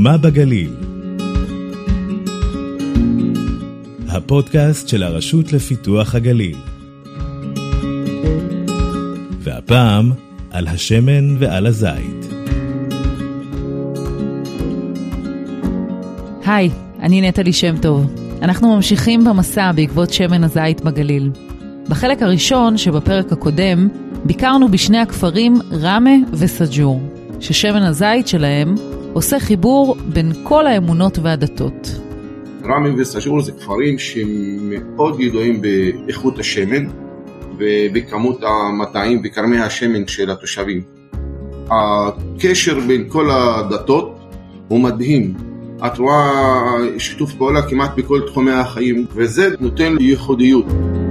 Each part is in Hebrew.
מה בגליל? הפודקאסט של הרשות לפיתוח הגליל. והפעם על השמן ועל הזית. היי, אני נטלי שם טוב. אנחנו ממשיכים במסע בעקבות שמן הזית בגליל. בחלק הראשון שבפרק הקודם ביקרנו בשני הכפרים רמה וסג'ור, ששמן הזית שלהם עושה חיבור בין כל האמונות והדתות. רמה וסג'ור זה כפרים שמאוד ידועים באיכות השמן ובכמות המטעים וקרמי השמן של התושבים. הקשר בין כל הדתות הוא מדהים. את רואה שיתוף פעולה כמעט בכל תחומי החיים, וזה נותן ייחודיות.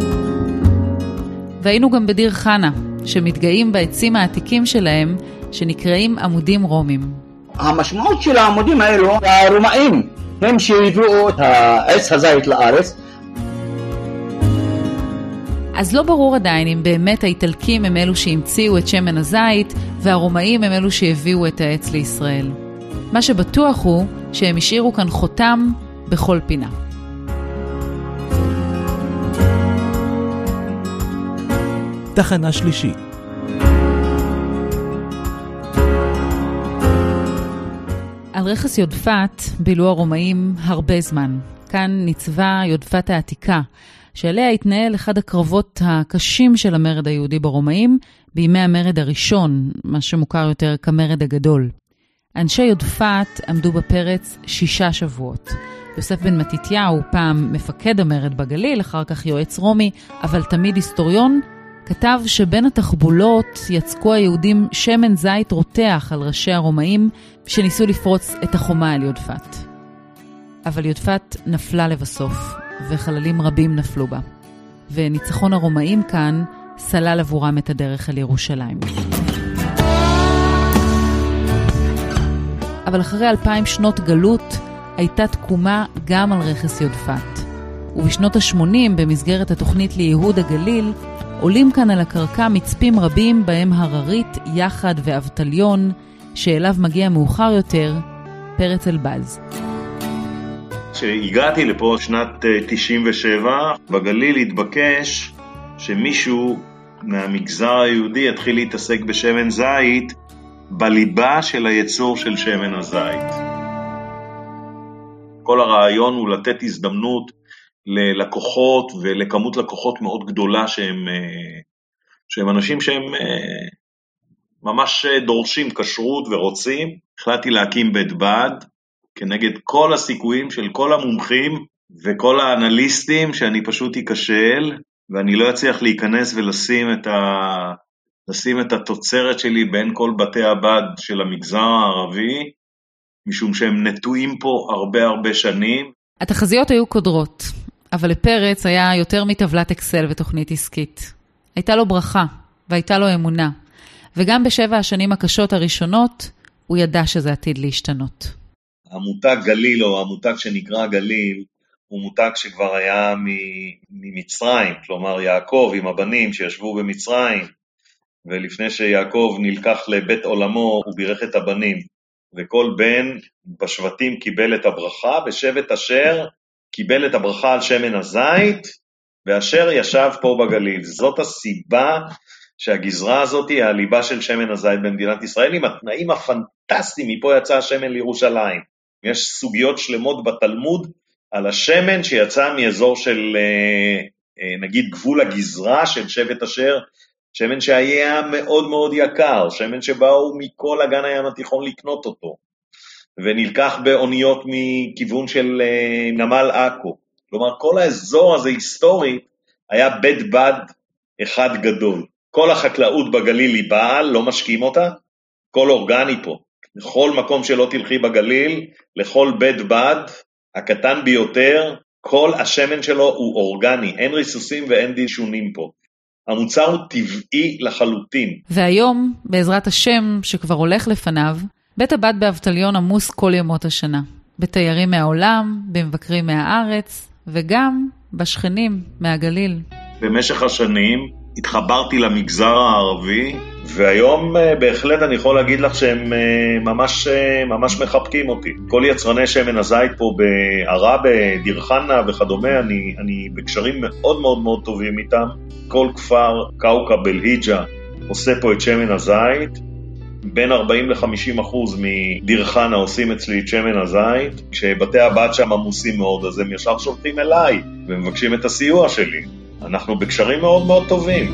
והיינו גם בדיר חנה, שמתגאים בעצים העתיקים שלהם, שנקראים עמודים רומים. המשמעות של העמודים האלו, הרומאים, הם שהביאו את העץ הזית לארץ. אז לא ברור עדיין אם באמת האיטלקים הם אלו שהמציאו את שמן הזית, והרומאים הם אלו שהביאו את העץ לישראל. מה שבטוח הוא שהם השאירו כאן חותם בכל פינה. תחנה שלישית. על רכס יודפת בילו הרומאים הרבה זמן. כאן ניצבה יודפת העתיקה, שעליה התנהל אחד הקרבות הקשים של המרד היהודי ברומאים, בימי המרד הראשון, מה שמוכר יותר כמרד הגדול. אנשי יודפת עמדו בפרץ 6 שבועות. יוסף בן מתתיהו, פעם מפקד המרד בגליל, אחר כך יועץ רומי, אבל תמיד היסטוריון, כתב שבין התחבולות יצקו היהודים שמן זית רותח על ראשי הרומאים שניסו לפרוץ את החומה על יודפת. אבל יודפת נפלה לבסוף, וחללים רבים נפלו בה. וניצחון הרומאים כאן סלל עבורם את הדרך אל ירושלים. אבל אחרי 2000 שנות גלות הייתה תקומה גם על רכס יודפת. ובשנות ה-80 במסגרת התוכנית לייהוד הגליל עולים כאן על הקרקע מצפים רבים בהם הררית, יחד ואבטליון, שאליו מגיע מאוחר יותר פרץ אלבז. כשהגעתי לפה שנת 97, בגליל התבקש שמישהו מהמגזר היהודי יתחיל להתעסק בשמן זית בליבה של הייצור של שמן הזית. כל הרעיון הוא לתת הזדמנות ללקוחות ולכמות לקוחות מאוד גדולה שהם אנשים שהם ממש דורשים כשרות ורוצים. החלטתי להקים בית בד כנגד כל הסיכויים של כל המומחים וכל האנליסטים שאני פשוט אכשל ואני לא אצליח להיכנס לשים את התוצרת שלי בין כל בתי הבד של המגזר הערבי, משום שהם נטועים פה הרבה שנים. התחזיות היו קודרות, אבל לפרץ היה יותר מטבלת אקסל ותוכנית עסקית. הייתה לו ברכה, והייתה לו אמונה. וגם ב7 השנים הקשות הראשונות, הוא ידע שזה עתיד להשתנות. המותג גליל, או המותג שנקרא גליל, הוא מותג שכבר היה ממצרים, כלומר יעקב עם הבנים שישבו במצרים, ולפני שיעקב נלקח לבית עולמו, הוא בירך את הבנים, וכל בן בשבטים קיבל את הברכה, בשבט אשר קיבל את הברכה על שמן הזית, ואשר ישב פה בגליל. זאת הסיבה שהגזרה הזאת היא הליבה של שמן הזית במדינת ישראל, עם התנאים הפנטסטיים, מפה יצא השמן לירושלים. יש סוגיות שלמות בתלמוד על השמן שיצא מאזור של, נגיד, גבול הגזרה של שבט אשר, שמן שהיה מאוד יקר, שמן שבאו מכל אגן הים התיכון לקנות אותו, ונלקח באוניות מכיוון של נמל עכו. כלומר, כל האזור הזה היסטורית היה בית בד אחד גדול. כל החקלאות בגליל היא בעל, לא משקים אותה, כל אורגני פה. לכל מקום שלא תלכי בגליל, לכל בית בד, הקטן ביותר, כל השמן שלו הוא אורגני, אין ריסוסים ואין דישונים פה. המוצר הוא טבעי לחלוטין. והיום, בעזרת השם שכבר הולך לפניו, בית הבד באבטליון עמוס כל ימות השנה. בתיירים מהעולם, במבקרים מהארץ, וגם בשכנים מהגליל. במשך השנים התחברתי למגזר הערבי, והיום בהחלט אני יכול להגיד לך שהם ממש מחבקים אותי. כל יצרני שמן הזית פה בעראבה, דיר חנא וכדומה, אני בקשרים מאוד מאוד מאוד טובים איתם. כל כפר כאוכב אל-היג'ה עושה פה את שמן הזית, בין 40-50% מדיר חנא עושים אצלי את שמן הזית. כשבתי הבת שם עמוסים מאוד, אז הם ישר שולחים אליי ומבקשים את הסיוע שלי. אנחנו בקשרים מאוד מאוד טובים.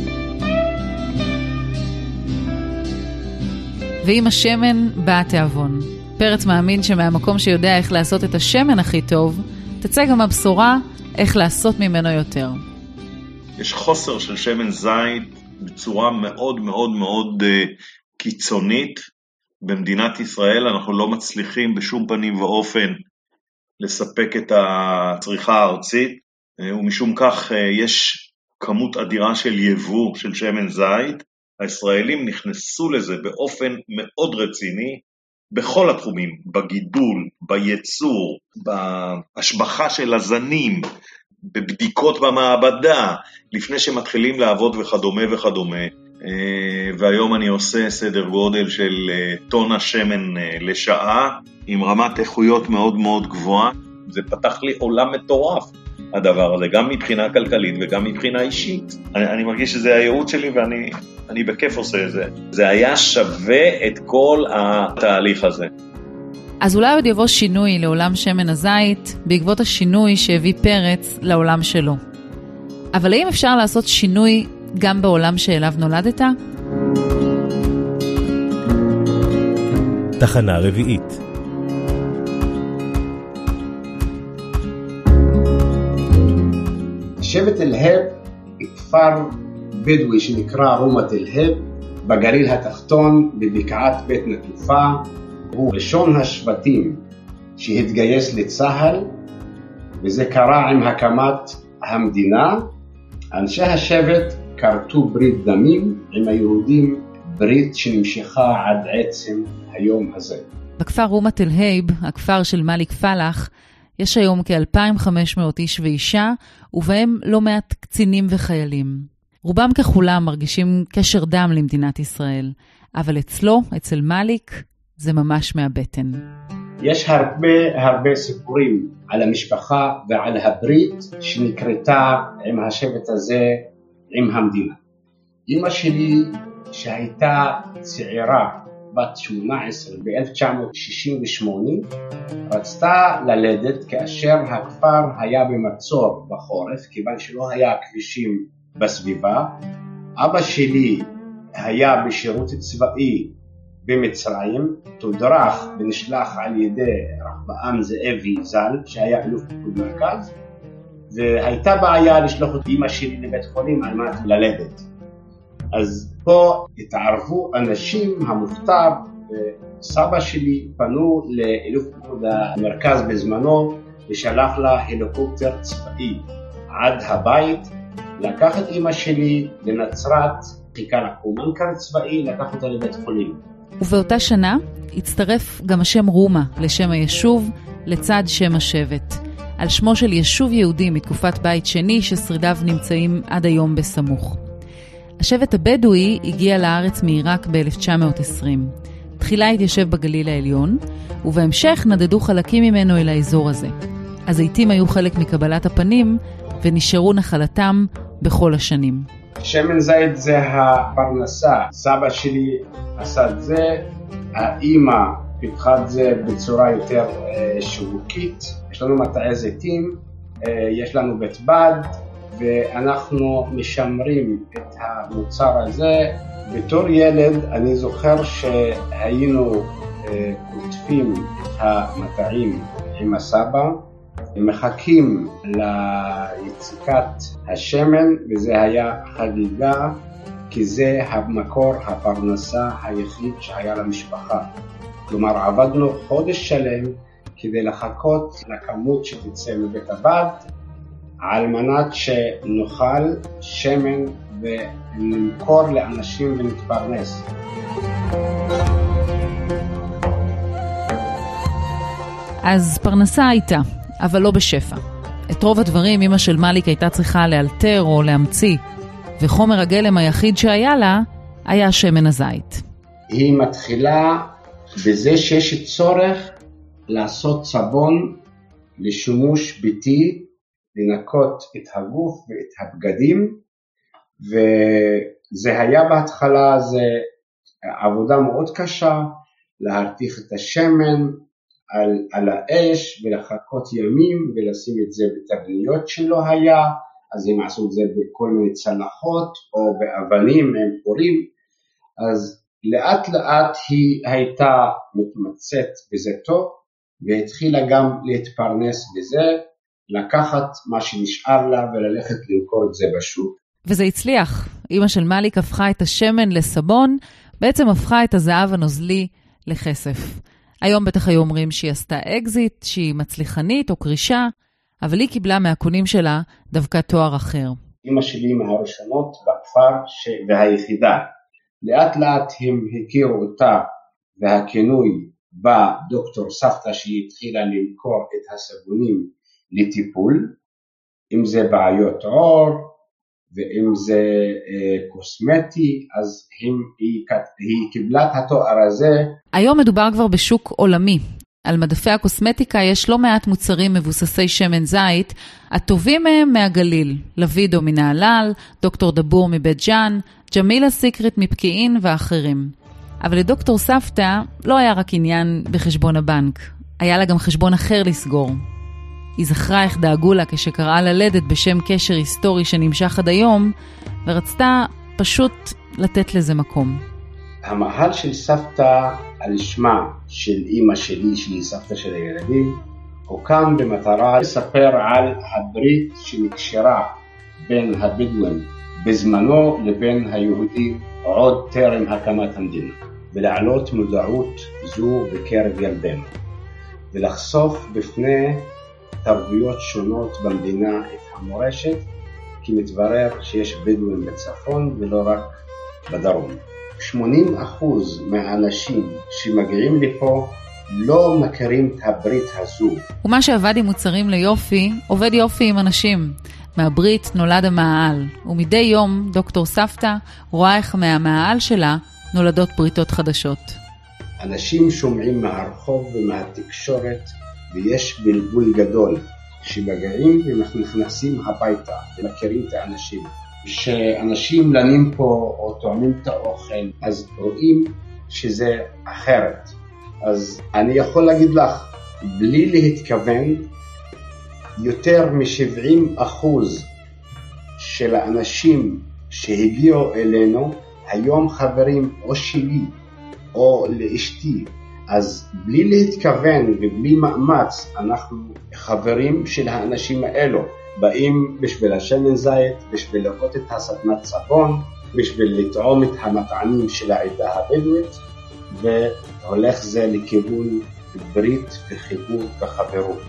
ועם השמן בא התיאבון. פרץ מאמין שמהמקום שיודע איך לעשות את השמן הכי טוב, תצא גם הבשורה איך לעשות ממנו יותר. יש חוסר של שמן זית בצורה מאוד מאוד מאוד קיצונית במדינת ישראל. אנחנו לא מצליחים בשום פנים ואופן לספק את הצריכה הארצית, ומשום כך יש כמות אדירה של יבוא של שמן זית. הישראלים נכנסו לזה באופן מאוד רציני בכל התחומים, בגידול, בייצור, בהשבחה של הזנים, בבדיקות במעבדה, לפני שמתחילים לעבוד וכדומה וכדומה. והיום אני עושה סדר גודל של טונה שמן לשעה, עם רמת איכויות מאוד מאוד גבוהה. זה פתח לי עולם מטורף, הדבר הזה, גם מבחינה כלכלית וגם מבחינה אישית. אני מרגיש שזה הייעוד שלי ואני בכיף עושה את זה. זה היה שווה את כל התהליך הזה. אז אולי עוד יבוא שינוי לעולם שמן הזית, בעקבות השינוי שהביא פרץ לעולם שלו. אבל האם אפשר לעשות שינוי גם בעולם שאליו נולדת? תחנה רביעית. שבט אל-הב היא כפר בדואי שנקרא רומת אל-הב בגליל התחתון בבקעת בית נטופה. הוא ראשון השבטים שהתגייס לצהל, וזה קרה עם הקמת המדינה. אנשי השבט כרתו ברית דמים עם היהודים, ברית שנמשכה עד עצם היום הזה. בכפר רומת אל-הייב, הכפר של מאליק פלח, יש היום כ-2,500 איש ואישה, ובהם לא מעט קצינים וחיילים. רובם ככולם מרגישים קשר דם למדינת ישראל, אבל אצלו, אצל מאליק, זה ממש מהבטן. יש הרבה סיפורים על המשפחה ועל הברית שנקרתה עם השבט הזה, עם המדינה. אמא שלי שהייתה צעירה, בת 18 ב-1968, רצתה ללדת כאשר הכפר היה במצור בחורף, כיוון שלא היה כבישים בסביבה. אבא שלי היה בשירות צבאי במצרים, תודרך ונשלח על ידי רחבעם זאבי ז"ל, שהיה אלוף פיקוד מרכז, והייתה בעיה לשלוח את אמא שלי לבית חולים על מנת ללדת. אז פה התערבו אנשים המופתר, וסבא שלי פנו לאלוף פיקוד המרכז בזמנו, ושלח לה הליקופטר צבאי עד הבית, לקח את אמא שלי לנצרת, חיכה לקומנקר צבאי, לקח אותה לבית חולים. ובאותה שנה הצטרף גם השם רומה לשם היישוב לצד שם השבט, על שמו של יישוב יהודי מתקופת בית שני ששרידיו נמצאים עד היום בסמוך. השבט הבדואי הגיע לארץ מעיראק ב-1920. תחילה התיישב בגליל העליון, ובהמשך נדדו חלקים ממנו אל האזור הזה. הזיתים היו חלק מקבלת הפנים, ונשארו נחלתם בכל השנים. שמן זית זה הפרנסה. סבא שלי עשה את זה, האמא פיתחה את זה בצורה יותר שיווקית. יש לנו מטעי זיתים, יש לנו בית בד, ואנחנו משמרים את המוצר הזה. בתור ילד אני זוכר שהיינו כותפים את המטעים עם הסבא, מחכים ליציקת השמן, וזה היה חגיגה, כי זה המקור הפרנסה היחיד שהיה למשפחה. כלומר, עבדנו חודש שלם כדי לחכות לכמות שתצא מבית הבד, על מנת שנאכל שמן ונמכור לאנשים ונתפרנס. אז פרנסה הייתה, אבל לא בשפע. את רוב הדברים אמא של מאליק הייתה צריכה לאלתר או להמציא. וחומר הגלם היחיד שהיה לה היה שמן הזית. היא מתחילה בזה שיש צורך לעשות סבון לשימוש ביתי, לנקות את הגוף ואת הבגדים, וזה היה בהתחלה, זה עבודה מאוד קשה, להרתיח את השמן על האש ולחכות ימים ולשים את זה בתבניות שלא היה, אז הם עשו את זה בכל מיני צלחות או באבנים עם פורים, אז לאט לאט היא הייתה מתמצאת בזה טוב, והתחילה גם להתפרנס בזה, לקחת מה שנשאר לה וללכת למכור את זה בשוק. וזה הצליח. אמא של מליק הפכה את השמן לסבון, בעצם הפכה את הזהב הנוזלי לכסף. היום בטח היו אומרים שהיא עשתה אקזיט, שהיא מצליחנית או קרישה, אבל היא קיבלה מהקונים שלה דווקא תואר אחר. אמא שלי מהראשונות בכפר והיחידה. לאט לאט הם הכירו אותה, והכינוי בא דוקטור סבתא שהיא התחילה למכור את הסבונים לטיפול, אם זה בעיות עור ואם זה קוסמטי, אז היא קיבלה את התואר הזה. היום מדובר כבר בשוק עולמי. על מדפי הקוסמטיקה יש לא מעט מוצרים מבוססי שמן זית, הטובים מהם מהגליל, לוידו מנהלל, דוקטור דבור מבית ג'אן, ג'מילה סיקרט מפקיעין ואחרים. אבל לדוקטור סבתא לא היה רק עניין בחשבון הבנק, היה לה גם חשבון אחר לסגור. היא זכרה איך דאגו לה כשקראה ללדת בשם קשר היסטורי שנמשך עד היום, ורצתה פשוט לתת לזה מקום. המאהל של סבתא על שמה של אמא שלי, שהיא סבתא של הילדים, הוקם במטרה לספר על הברית שנקשרה בין הבדואים בזמנו לבין היהודים עוד טרם הקמת המדינה, ולהעלות מודעות זו בקרב ילדינו, ולחשוף בפני תרבויות שונות במדינה את המורשת, כי מתברר שיש בדואים בצפון ולא רק בדרום. 80% מהאנשים שמגיעים לפה לא מכירים את הברית הזו. ומה שעבד עם מוצרים ליופי, עובד יופי עם אנשים. מהברית נולד המאהל, ומדי יום דוקטור סבתא רואה איך מהמאהל שלה נולדות בריתות חדשות. אנשים שומעים מהרחוב ומהתקשורת, ויש בלבול גדול שמגיעים ונכנסים הביתה ומכירים את האנשים. כשאנשים לנים פה או טועמים את האוכל, אז רואים שזה אחרת. אז אני יכול להגיד לך, בלי להתכוון, יותר מ-70% של האנשים שהגיעו אלינו, היום חברים או שלי או לאשתי, אז בלי להתכוון ובלי מאמץ, אנחנו חברים של האנשים האלו. באים בשביל השמן זית, בשביל לראות את הסדנת סבון, בשביל לטעום את המטעמים של העדה הבדואית, והולך זה לכיוון ברית וחיבור וחברות.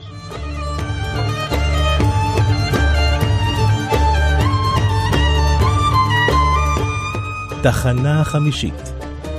תחנה חמישית.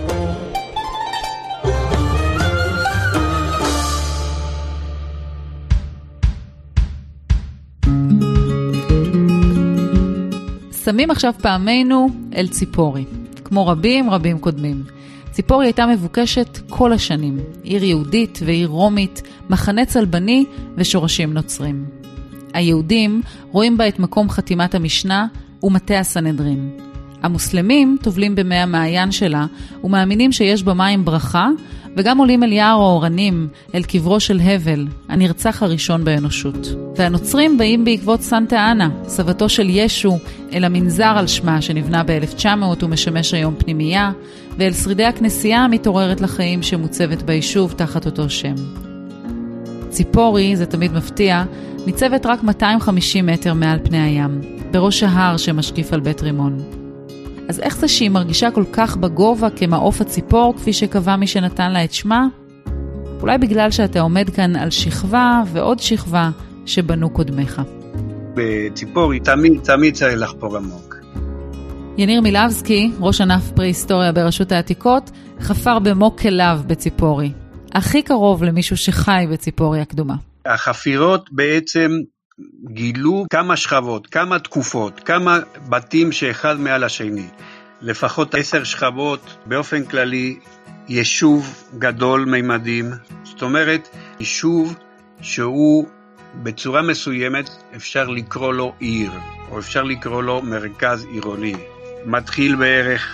שמים עכשיו פעמינו אל ציפורי, כמו רבים קודמים. ציפורי הייתה מבוקשת כל השנים, עיר יהודית ועיר רומית, מחנה צלבני ושורשים נוצרים. היהודים רואים בה את מקום חתימת המשנה ומטה הסנהדרין. המוסלמים טובלים במי המעיין שלה ומאמינים שיש במים ברכה, וגם עולים אל יער האורנים, אל קברו של הבל, הנרצח הראשון באנושות. והנוצרים באים בעקבות סנטה אנה, סבתו של ישו, אל המנזר על שמה שנבנה ב-1900 ומשמש היום פנימייה, ואל שרידי הכנסייה המתעוררת לחיים שמוצבת ביישוב תחת אותו שם. ציפורי, זה תמיד מפתיע, ניצבת רק 250 מטר מעל פני הים, בראש ההר שמשקיף על בית רימון. אז איך זה שהיא מרגישה כל כך בגובה כמעוף הציפור, כפי שקבע מי שנתן לה את שמה? אולי בגלל שאתה עומד כאן על שכבה ועוד שכבה שבנו קודמך. בציפורי תמיד צריך לחפור עמוק. יניר מילבסקי, ראש ענף פרה-היסטוריה ברשות העתיקות, חפר במוק כליו בציפורי. הכי קרוב למישהו שחי בציפורי הקדומה. החפירות בעצם גילו כמה שכבות, כמה תקופות, כמה בתים שאחד מעל השני. לפחות 10 שכבות, באופן כללי, יישוב גדול מימדים. זאת אומרת, יישוב שהוא בצורה מסוימת אפשר לקרוא לו עיר, או אפשר לקרוא לו מרכז עירוני. מתחיל בערך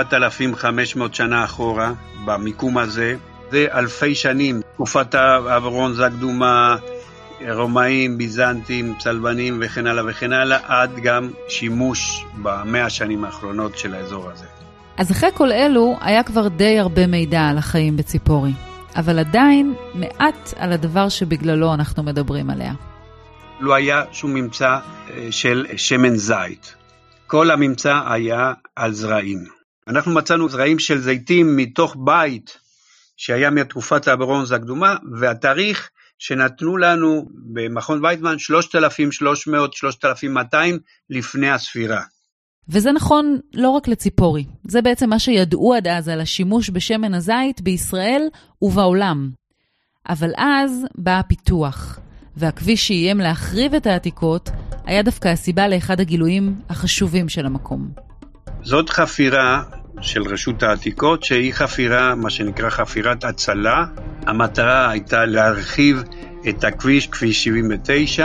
7,500 שנה אחורה במיקום הזה. זה אלפי שנים, תקופת הברונז הקדומה, רומאים, ביזנטים, צלבנים וכן הלאה וכן הלאה, עד גם שימוש ב100 השנים האחרונות של האזור הזה. אז אחרי כל אלו היה כבר די הרבה מידע על החיים בציפורי, אבל עדיין מעט על הדבר שבגללו אנחנו מדברים עליה. לא היה שום ממצא של שמן זית. כל הממצא היה על זרעים. אנחנו מצאנו זרעים של זיתים מתוך בית שהיה מתקופת הברונז הקדומה, והתאריך שנתנו לנו במכון ויצמן 3,300, 3,200 לפני הספירה. וזה נכון לא רק לציפורי, זה בעצם מה שידעו עד אז על השימוש בשמן הזית בישראל ובעולם. אבל אז בא הפיתוח, והכביש שאיים להחריב את העתיקות היה דווקא הסיבה לאחד הגילויים החשובים של המקום. זאת חפירה של רשות העתיקות, שהיא חפירה, מה שנקרא חפירת הצלה. המטרה הייתה להרחיב את הכביש, כביש 79,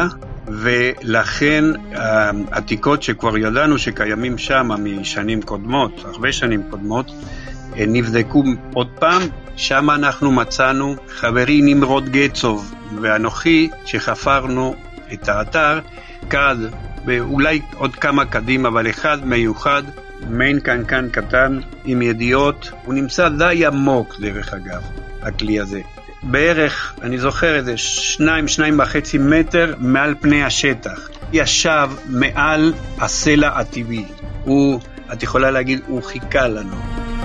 ולכן העתיקות שכבר ידענו שקיימים שם משנים קודמות, הרבה שנים קודמות, נבדקו עוד פעם. שם אנחנו מצאנו חברי נמרוד גצוב ואנוכי שחפרנו את האתר, קד ואולי עוד כמה קדים, אבל אחד מיוחד, מיין קנקן קטן עם ידיעות, הוא נמצא די עמוק דרך אגב, הכלי הזה. בערך, אני זוכר איזה 2.5 מטר מעל פני השטח. ישב מעל הסלע הטבעי. את יכולה להגיד, הוא חיכה לנו.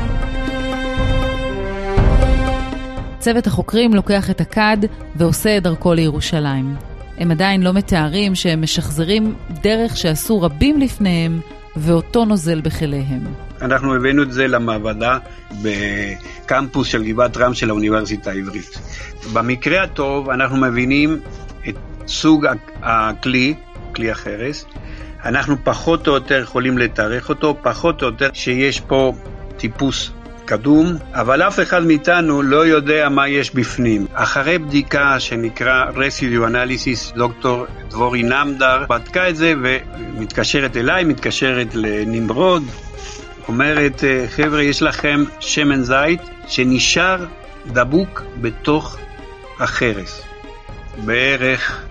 צוות החוקרים לוקח את הקד ועושה את דרכו לירושלים. הם עדיין לא מתארים שהם משחזרים דרך שעשו רבים לפניהם, ואותו נוזל בחיליהם. אנחנו הבאנו את זה למעבדה בקמפוס של גבעת רם של האוניברסיטה העברית. במקרה הטוב אנחנו מבינים את סוג הכלי, כלי החרס. אנחנו פחות או יותר יכולים לתארך אותו, פחות או יותר שיש פה טיפוס קדום, אבל אף אחד מאיתנו לא יודע מה יש בפנים. אחרי בדיקה שנקרא Residue Analysis, דוקטור דבורי נמדר בדקה את זה ומתקשרת אליי, מתקשרת לנמרוד, אומרת, חבר'ה, יש לכם שמן זית שנשאר דבוק בתוך החרס. בערך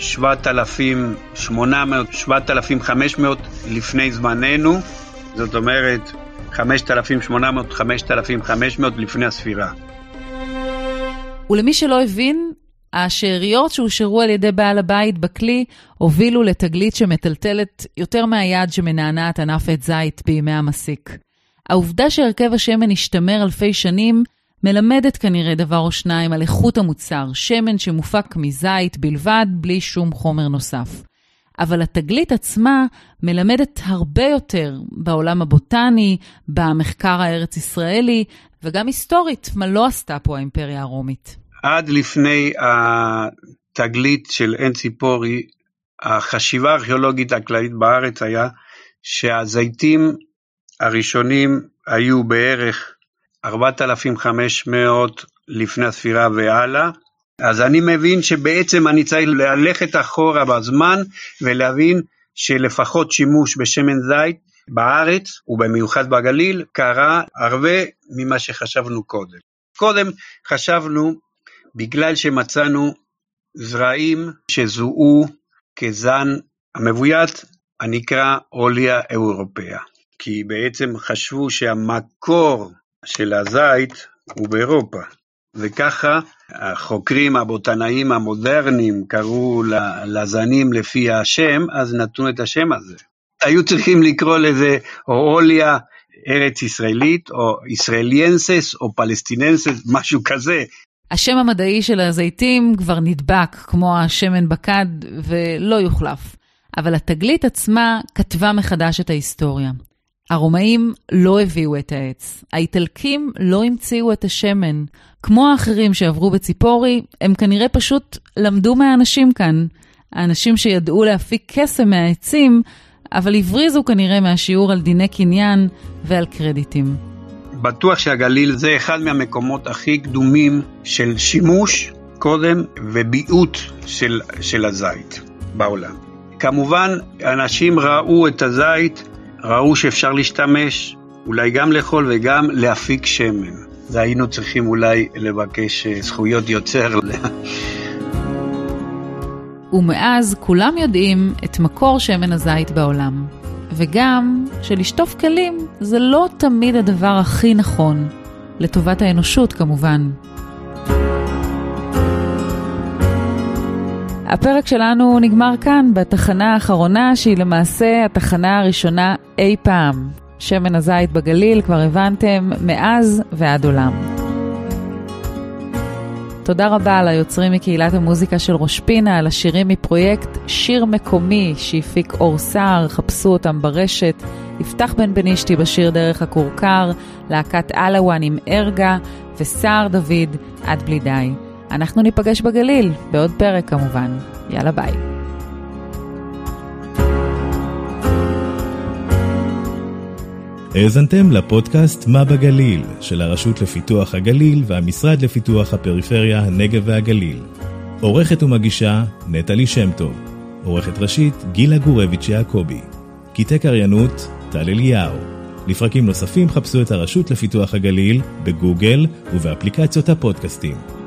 7,800, 7,500 לפני זמננו, זאת אומרת 5,800, 5,500 לפני הספירה. ולמי שלא הבין, השאריות שהושארו על ידי בעל הבית בכלי הובילו לתגלית שמטלטלת יותר מהיד שמנענעת ענף עץ זית בימי המסיק. העובדה שהרכב השמן השתמר אלפי שנים מלמדת כנראה דבר או שניים על איכות המוצר, שמן שמופק מזית בלבד בלי שום חומר נוסף. אבל התגלית עצמה מלמדת הרבה יותר בעולם הבוטני, במחקר הארץ ישראלי, וגם היסטורית, מה לא עשתה פה האימפריה הרומית. עד לפני התגלית של עין ציפורי, החשיבה הארכיאולוגית הכללית בארץ היה שהזיתים הראשונים היו בערך 4,500 לפני הספירה והלאה, אז אני מבין שבעצם אני צריך ללכת אחורה בזמן ולהבין שלפחות שימוש בשמן זית בארץ ובמיוחד בגליל קרה הרבה ממה שחשבנו קודם. קודם חשבנו בגלל שמצאנו זרעים שזוהו כזן המבוית הנקרא אוליה אירופאה, כי בעצם חשבו שהמקור של הזית הוא באירופה, וככה החוקרים הבוטנאים המודרניים קראו לזנים לפי השם, אז נתנו את השם הזה. היו צריכים לקרוא לזה או אוליה ארץ ישראלית, או ישראליאנסס, או פלסטיננסס, משהו כזה. השם המדעי של הזיתים כבר נדבק כמו השמן בקד ולא יוחלף. אבל התגלית עצמה כתבה מחדש את ההיסטוריה. הרומאים לא הביאו את העץ. האיטלקים לא המציאו את השמן. כמו האחרים שעברו בציפורי, הם כנראה פשוט למדו מהאנשים כאן. האנשים שידעו להפיק קסם מהעצים, אבל הבריזו כנראה מהשיעור על דיני קניין ועל קרדיטים. בטוח שהגליל זה אחד מהמקומות הכי קדומים של שימוש קודם וביעוט של הזית בעולם. כמובן, אנשים ראו את הזית, ראו שאפשר להשתמש, אולי גם לאכול וגם להפיק שמן. זה היינו צריכים אולי לבקש זכויות יוצר. ומאז כולם יודעים את מקור שמן הזית בעולם. וגם שלשטוף כלים זה לא תמיד הדבר הכי נכון, לטובת האנושות כמובן. הפרק שלנו נגמר כאן בתחנה האחרונה שהיא למעשה התחנה הראשונה אי פעם. שמן הזית בגליל כבר הבנתם מאז ועד עולם. תודה רבה ליוצרים מקהילת המוזיקה של ראש פינה, על השירים מפרויקט שיר מקומי שהפיק אור סער, חפשו אותם ברשת, יפתח בן בנישתי בשיר דרך הקורקר, להקת אלוואן עם ארגה וסער דוד עד בלי די. אנחנו ניפגש בגליל, בעוד פרק כמובן. יאללה ביי. האזנתם לפודקאסט מה בגליל של הרשות לפיתוח הגליל והמשרד לפיתוח הפריפריה, הנגב והגליל. עורכת ומגישה נטלי שם טוב. עורכת ראשית גילה גורביץ' יעקובי. קטעי קריינות טל אליהו. לפרקים נוספים חפשו את הרשות לפיתוח הגליל בגוגל ובאפליקציות הפודקאסטים.